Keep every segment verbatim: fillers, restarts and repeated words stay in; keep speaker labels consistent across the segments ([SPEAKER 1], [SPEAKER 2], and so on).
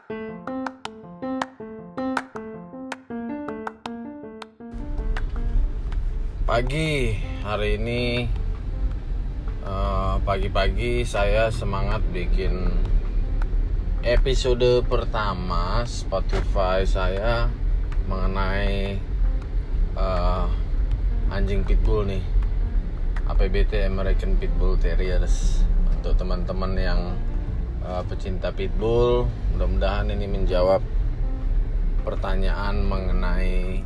[SPEAKER 1] Pagi hari ini, uh, pagi-pagi saya semangat bikin episode pertama Spotify saya mengenai uh, anjing pitbull nih, A P B T, American Pitbull Terriers. Untuk teman-teman yang uh, pecinta pitbull, mudah-mudahan ini menjawab pertanyaan mengenai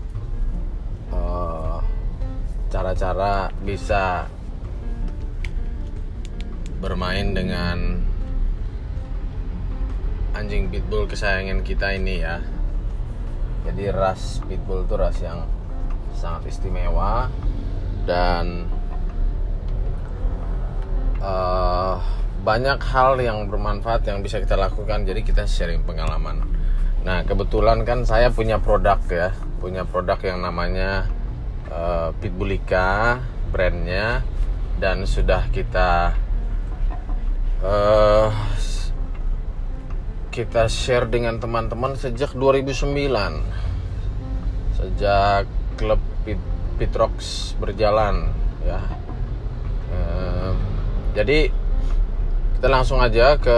[SPEAKER 1] uh, cara-cara bisa bermain dengan anjing pitbull kesayangan kita ini ya. Jadi ras pitbull itu ras yang sangat istimewa dan uh, banyak hal yang bermanfaat yang bisa kita lakukan. Jadi kita sharing pengalaman. Nah, kebetulan kan saya punya produk ya, punya produk yang namanya Uh, Pitbullika brandnya, dan sudah kita uh, kita share dengan teman-teman sejak dua ribu sembilan, sejak klub Pit, Pitrox berjalan ya. Uh, jadi kita langsung aja ke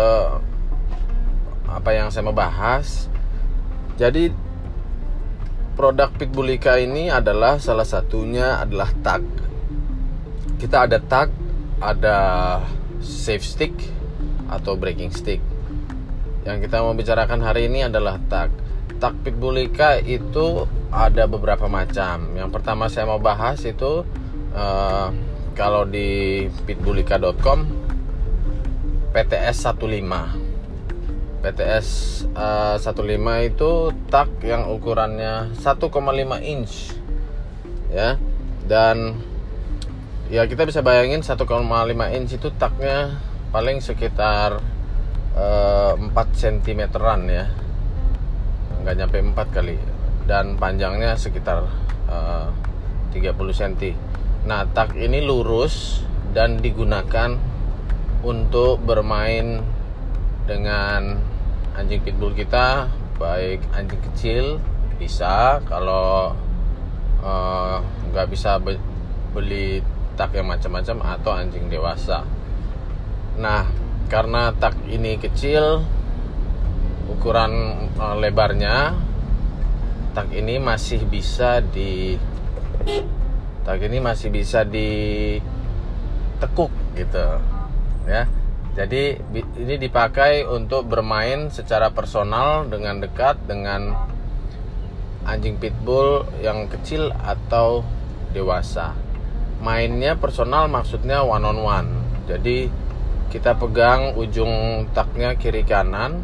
[SPEAKER 1] apa yang saya mau bahas. Jadi produk Pitbullika ini adalah salah satunya adalah tag. Kita ada tag, ada safe stick atau breaking stick. Yang kita mau bicarakan hari ini adalah tag. Tag Pitbullika itu ada beberapa macam. Yang pertama saya mau bahas itu uh, kalau di pitbullika dot com P T S lima. P T S uh, lima itu tag yang ukurannya satu koma lima inch ya, dan ya kita bisa bayangin satu koma lima inch itu tagnya paling sekitar uh, empat sentimeteran ya, nggak nyampe empat kali, dan panjangnya sekitar uh, tiga puluh sentimeter. Nah, tag ini lurus dan digunakan untuk bermain dengan anjing pitbull kita, baik anjing kecil bisa, kalau nggak uh, bisa be- beli tag yang macam-macam, atau anjing dewasa. Nah, karena tag ini kecil, ukuran uh, lebarnya, tag ini masih bisa di tag ini masih bisa ditekuk gitu ya. Jadi ini dipakai untuk bermain secara personal dengan dekat dengan anjing pitbull yang kecil atau dewasa. Mainnya personal maksudnya one on one. Jadi kita pegang ujung tagnya kiri kanan,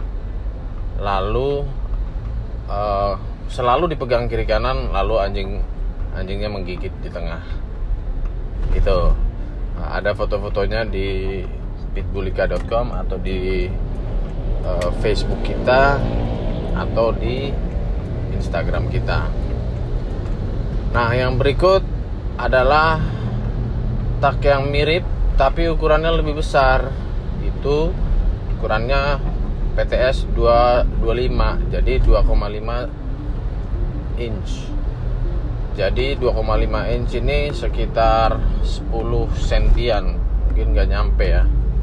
[SPEAKER 1] lalu uh, selalu dipegang kiri kanan, lalu anjing anjingnya menggigit di tengah. Gitu. Nah, ada foto-fotonya di pitbullika dot com atau di uh, Facebook kita atau di Instagram kita. Nah, yang berikut adalah tag yang mirip tapi ukurannya lebih besar. Itu ukurannya P T S dua puluh lima, jadi dua koma lima inch. Jadi dua koma lima inch ini sekitar sepuluh sentian, mungkin nggak nyampe ya.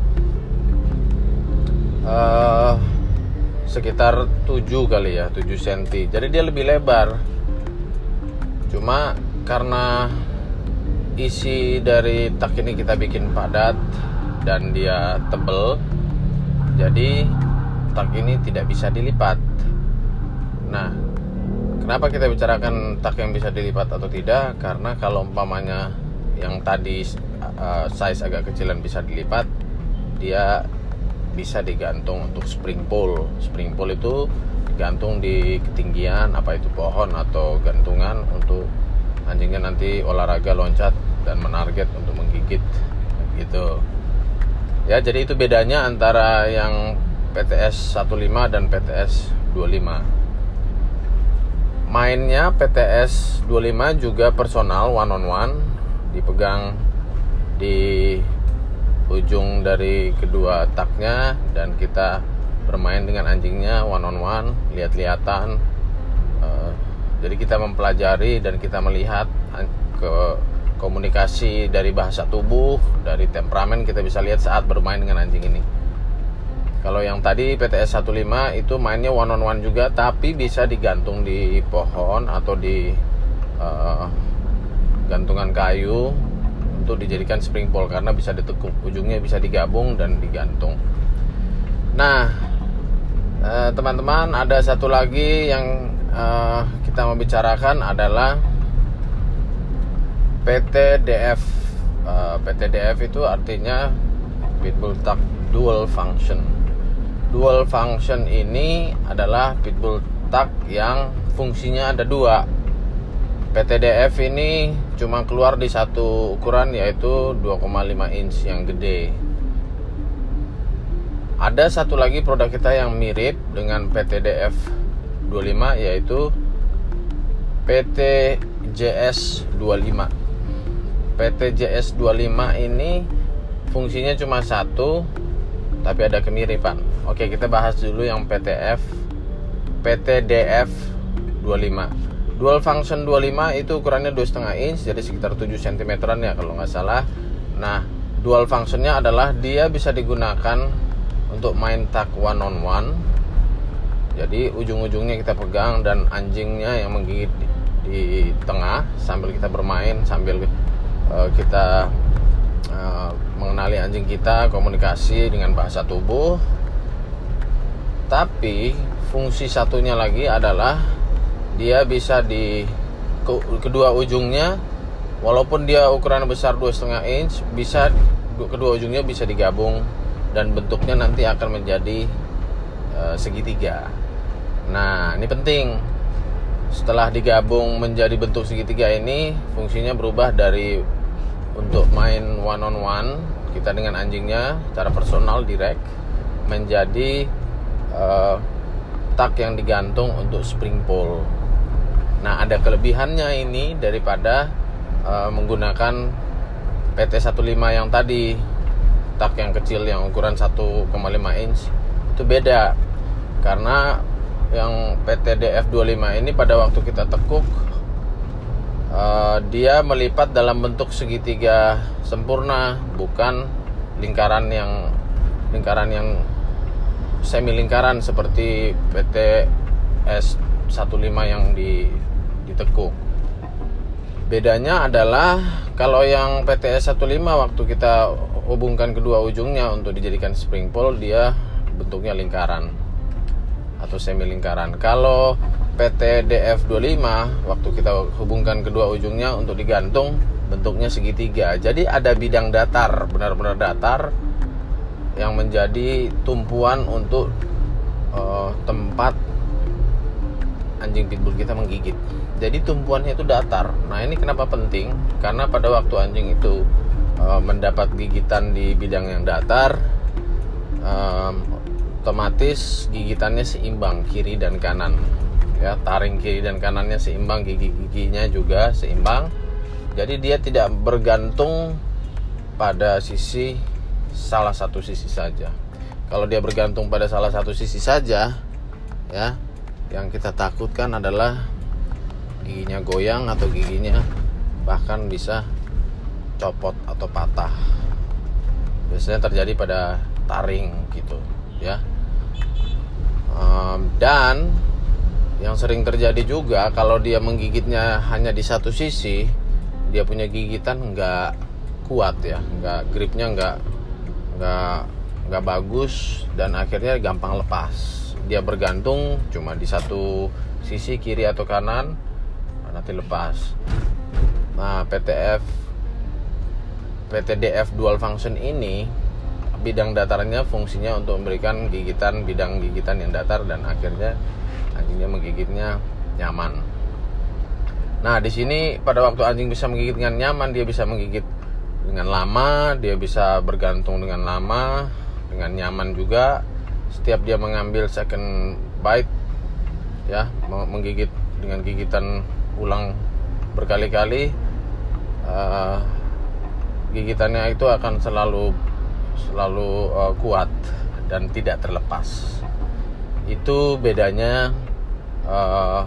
[SPEAKER 1] Uh, sekitar tujuh kali ya, tujuh sentimeter. Jadi dia lebih lebar. Cuma karena isi dari tag ini kita bikin padat dan dia tebal, jadi tag ini tidak bisa dilipat. Nah, kenapa kita bicarakan tag yang bisa dilipat atau tidak? Karena kalau umpamanya yang tadi uh, size agak kecilan bisa dilipat, dia bisa digantung untuk spring pole. Spring pole itu digantung di ketinggian, apa itu pohon atau gantungan, untuk anjingnya nanti olahraga loncat dan menarget untuk menggigit gitu ya. Jadi itu bedanya antara yang P T S lima dan P T S dua puluh lima. Mainnya P T S dua puluh lima juga personal, one on one, dipegang di ujung dari kedua taknya dan kita bermain dengan anjingnya one on one, lihat-lihatan. Uh, jadi kita mempelajari dan kita melihat ke komunikasi dari bahasa tubuh, dari temperamen kita bisa lihat saat bermain dengan anjing ini. Kalau yang tadi P T S satu lima itu mainnya one on one juga, tapi bisa digantung di pohon atau di uh, gantungan kayu untuk dijadikan spring pole karena bisa ditekuk, ujungnya bisa digabung dan digantung. Nah, uh, teman-teman, ada satu lagi yang uh, kita mau bicarakan adalah P T D F. uh, P T D F itu artinya Pitbull Tuck Dual Function. Dual function ini adalah Pitbull Tuck yang fungsinya ada dua. P T D F ini cuma keluar di satu ukuran, yaitu dua koma lima inch yang gede. Ada satu lagi produk kita yang mirip dengan P T D F dua puluh lima, yaitu P T J S dua puluh lima. P T J S dua puluh lima ini fungsinya cuma satu, tapi ada kemiripan. Oke, kita bahas dulu yang P T F P T D F dua puluh lima. Dual function dua puluh lima itu ukurannya dua koma lima inch, jadi sekitar tujuh sentimeteran ya kalau nggak salah. Nah, dual functionnya adalah dia bisa digunakan untuk main tuck one on one. Jadi ujung-ujungnya kita pegang dan anjingnya yang menggigit di, di tengah sambil kita bermain, sambil uh, kita uh, mengenali anjing kita, komunikasi dengan bahasa tubuh. Tapi fungsi satunya lagi adalah dia bisa di ke, kedua ujungnya, walaupun dia ukuran besar dua koma lima inch, bisa kedua ujungnya bisa digabung dan bentuknya nanti akan menjadi uh, segitiga. Nah, ini penting. Setelah digabung menjadi bentuk segitiga ini, fungsinya berubah dari untuk main one on one kita dengan anjingnya secara personal direct menjadi uh, tuck yang digantung untuk spring pole. Nah, ada kelebihannya ini daripada uh, menggunakan P T satu lima yang tadi, tuck yang kecil yang ukuran satu koma lima inch. Itu beda karena yang P T D F dua puluh lima ini pada waktu kita tekuk, uh, dia melipat dalam bentuk segitiga sempurna, bukan lingkaran yang lingkaran yang semi lingkaran seperti P T S satu lima yang di, ditekuk. Bedanya adalah kalau yang P T S satu lima waktu kita hubungkan kedua ujungnya untuk dijadikan spring pole, dia bentuknya lingkaran atau semi lingkaran. Kalau P T D F dua puluh lima waktu kita hubungkan kedua ujungnya untuk digantung, bentuknya segitiga. Jadi ada bidang datar, benar-benar datar yang menjadi tumpuan untuk uh, tempat anjing pitbull kita menggigit. Jadi tumpuannya itu datar. Nah, ini kenapa penting? Karena pada waktu anjing itu uh, mendapat gigitan di bidang yang datar, um, otomatis gigitannya seimbang kiri dan kanan. Ya, taring kiri dan kanannya seimbang, gigi-giginya juga seimbang. Jadi dia tidak bergantung pada sisi salah satu sisi saja. Kalau dia bergantung pada salah satu sisi saja, ya, yang kita takutkan adalah giginya goyang atau giginya bahkan bisa copot atau patah. Biasanya terjadi pada taring gitu, ya. Um, dan yang sering terjadi juga kalau dia menggigitnya hanya di satu sisi, dia punya gigitan nggak kuat ya, nggak gripnya nggak nggak nggak bagus dan akhirnya gampang lepas. Dia bergantung cuma di satu sisi kiri atau kanan, nanti lepas. Nah, P T F P T D F dual function ini bidang datarnya fungsinya untuk memberikan gigitan, bidang gigitan yang datar dan akhirnya anjingnya menggigitnya nyaman. Nah, di sini pada waktu anjing bisa menggigit dengan nyaman, dia bisa menggigit dengan lama, dia bisa bergantung dengan lama, dengan nyaman juga. Setiap dia mengambil second bite, ya, menggigit dengan gigitan ulang berkali-kali, uh, gigitannya itu akan selalu selalu uh, kuat dan tidak terlepas. Itu bedanya uh,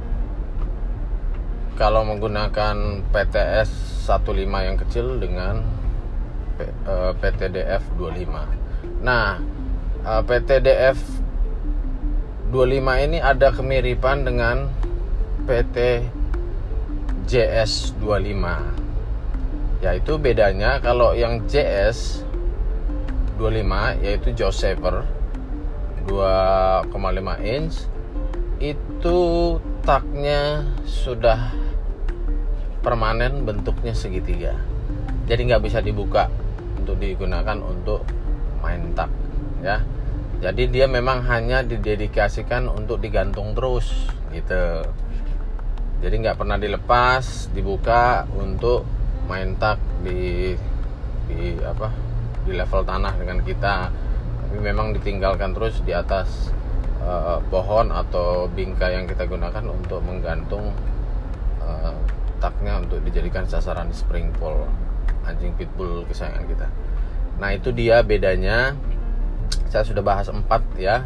[SPEAKER 1] kalau menggunakan P T S satu puluh lima yang kecil dengan uh, P T D F dua puluh lima. Nah, uh, P T D F dua puluh lima ini ada kemiripan dengan P T J S dua puluh lima. Yaitu bedanya kalau yang J S dua puluh lima yaitu jaw saver dua koma lima inch, itu taknya sudah permanen, bentuknya segitiga, jadi nggak bisa dibuka untuk digunakan untuk main tak ya. Jadi dia memang hanya didedikasikan untuk digantung terus gitu, jadi nggak pernah dilepas, dibuka untuk main tak di di apa di level tanah dengan kita, tapi memang ditinggalkan terus di atas uh, pohon atau bingkai yang kita gunakan untuk menggantung uh, taknya untuk dijadikan sasaran spring pole anjing pitbull kesayangan kita. Nah, itu dia bedanya. Saya sudah bahas empat ya.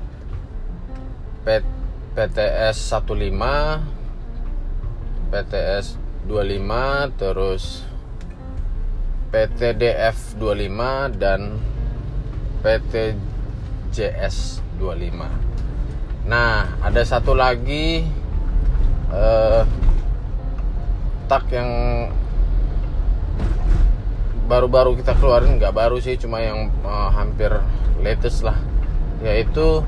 [SPEAKER 1] P T S satu puluh lima, P T S dua puluh lima, terus P T D F dua puluh lima dan P T J S dua puluh lima. Nah, ada satu lagi eh, tak yang baru-baru kita keluarin, nggak baru sih, cuma yang uh, hampir latest lah, yaitu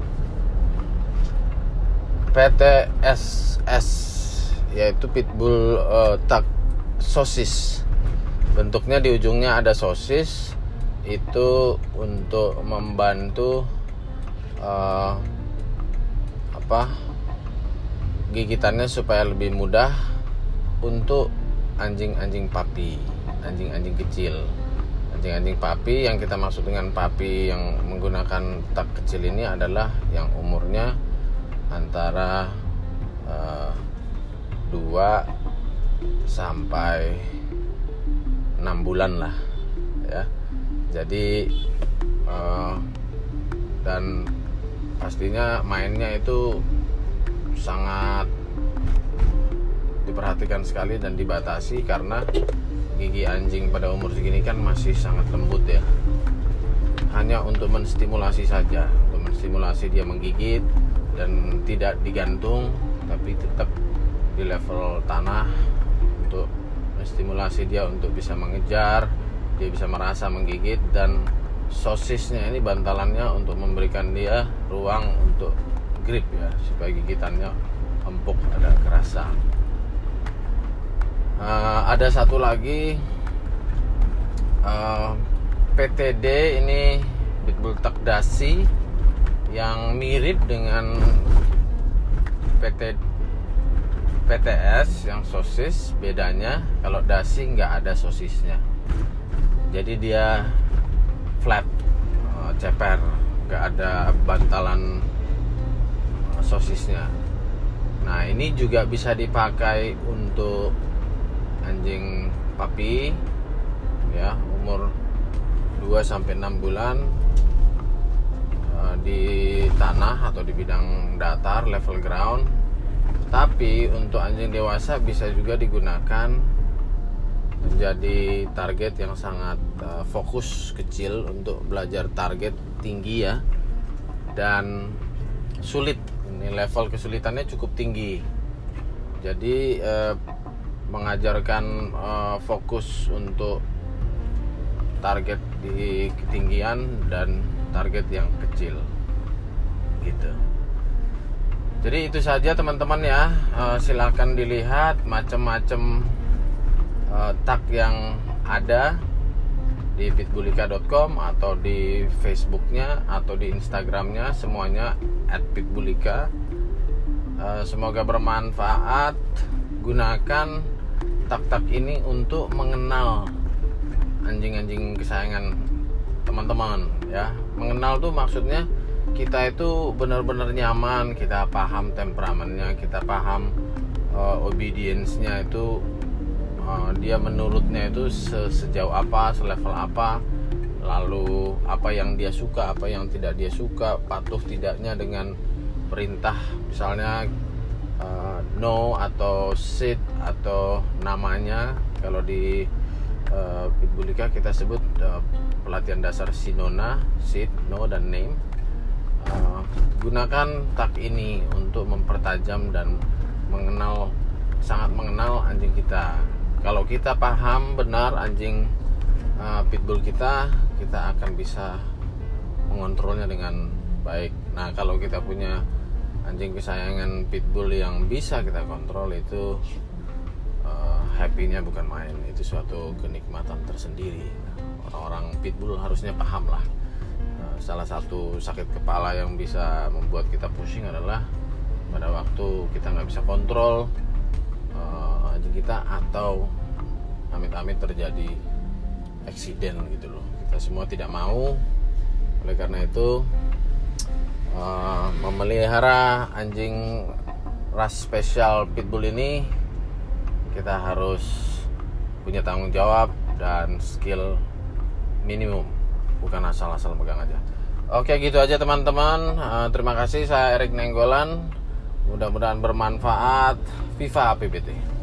[SPEAKER 1] P T S S, yaitu pitbull uh, tak sosis. Bentuknya di ujungnya ada sosis, itu untuk membantu uh, apa gigitannya supaya lebih mudah untuk anjing-anjing papi, anjing-anjing kecil. Anjing-anjing papi, yang kita maksud dengan papi yang menggunakan tak kecil ini adalah yang umurnya antara uh, dua sampai enam bulan lah ya. Jadi uh, dan pastinya mainnya itu sangat diperhatikan sekali dan dibatasi, karena gigi anjing pada umur segini kan masih sangat lembut ya. Hanya untuk menstimulasi saja, untuk menstimulasi dia menggigit dan tidak digantung, tapi tetap di level tanah, untuk menstimulasi dia untuk bisa mengejar, dia bisa merasa menggigit, dan sosisnya ini bantalannya untuk memberikan dia ruang untuk grip ya, supaya gigitannya empuk, ada kerasa. Uh, ada satu lagi uh, P T D, ini pitbull tak dasi yang mirip dengan P T P T S yang sosis. Bedanya kalau dasi nggak ada sosisnya, jadi dia flat, uh, ceper, nggak ada bantalan uh, sosisnya. Nah, ini juga bisa dipakai untuk anjing papi ya, umur dua sampai enam bulan uh, di tanah atau di bidang datar, level ground. Tapi untuk anjing dewasa bisa juga digunakan menjadi target yang sangat uh, fokus kecil, untuk belajar target tinggi ya, dan sulit. Ini level kesulitannya cukup tinggi, jadi uh, mengajarkan uh, fokus untuk target di ketinggian dan target yang kecil gitu. Jadi itu saja teman-teman ya. Uh, silahkan dilihat macam-macam uh, tak yang ada di pitbullika dot com atau di Facebooknya atau di Instagramnya, semuanya at pitbullika. Uh, semoga bermanfaat. Gunakan tak-tak ini untuk mengenal anjing-anjing kesayangan teman-teman ya. Mengenal tuh maksudnya kita itu benar-benar nyaman, kita paham temperamennya, kita paham uh, obedience-nya itu, uh, dia menurutnya itu se- sejauh apa, selevel apa, lalu apa yang dia suka, apa yang tidak dia suka, patuh tidaknya dengan perintah, misalnya uh, no atau sit atau namanya. Kalau di uh, Pitbullika kita sebut uh, pelatihan dasar Sinona, sit, no, dan name. Uh, gunakan tag ini untuk mempertajam dan mengenal, sangat mengenal anjing kita. Kalau kita paham benar anjing uh, pitbull kita, kita akan bisa mengontrolnya dengan baik. Nah, kalau kita punya anjing kesayangan pitbull yang bisa kita kontrol, itu uh, happy-nya bukan main. Itu suatu kenikmatan tersendiri. Orang-orang pitbull harusnya paham lah. Uh, salah satu sakit kepala yang bisa membuat kita pusing adalah pada waktu kita nggak bisa kontrol uh, anjing kita, atau amit-amit terjadi eksiden gitu loh. Kita semua tidak mau. Oleh karena itu uh, memelihara anjing ras spesial pitbull ini, kita harus punya tanggung jawab dan skill minimum, bukan asal-asal megang aja. Oke, gitu aja teman-teman. uh, Terima kasih, saya Erik Nenggolan. Mudah-mudahan bermanfaat. Viva A P B T.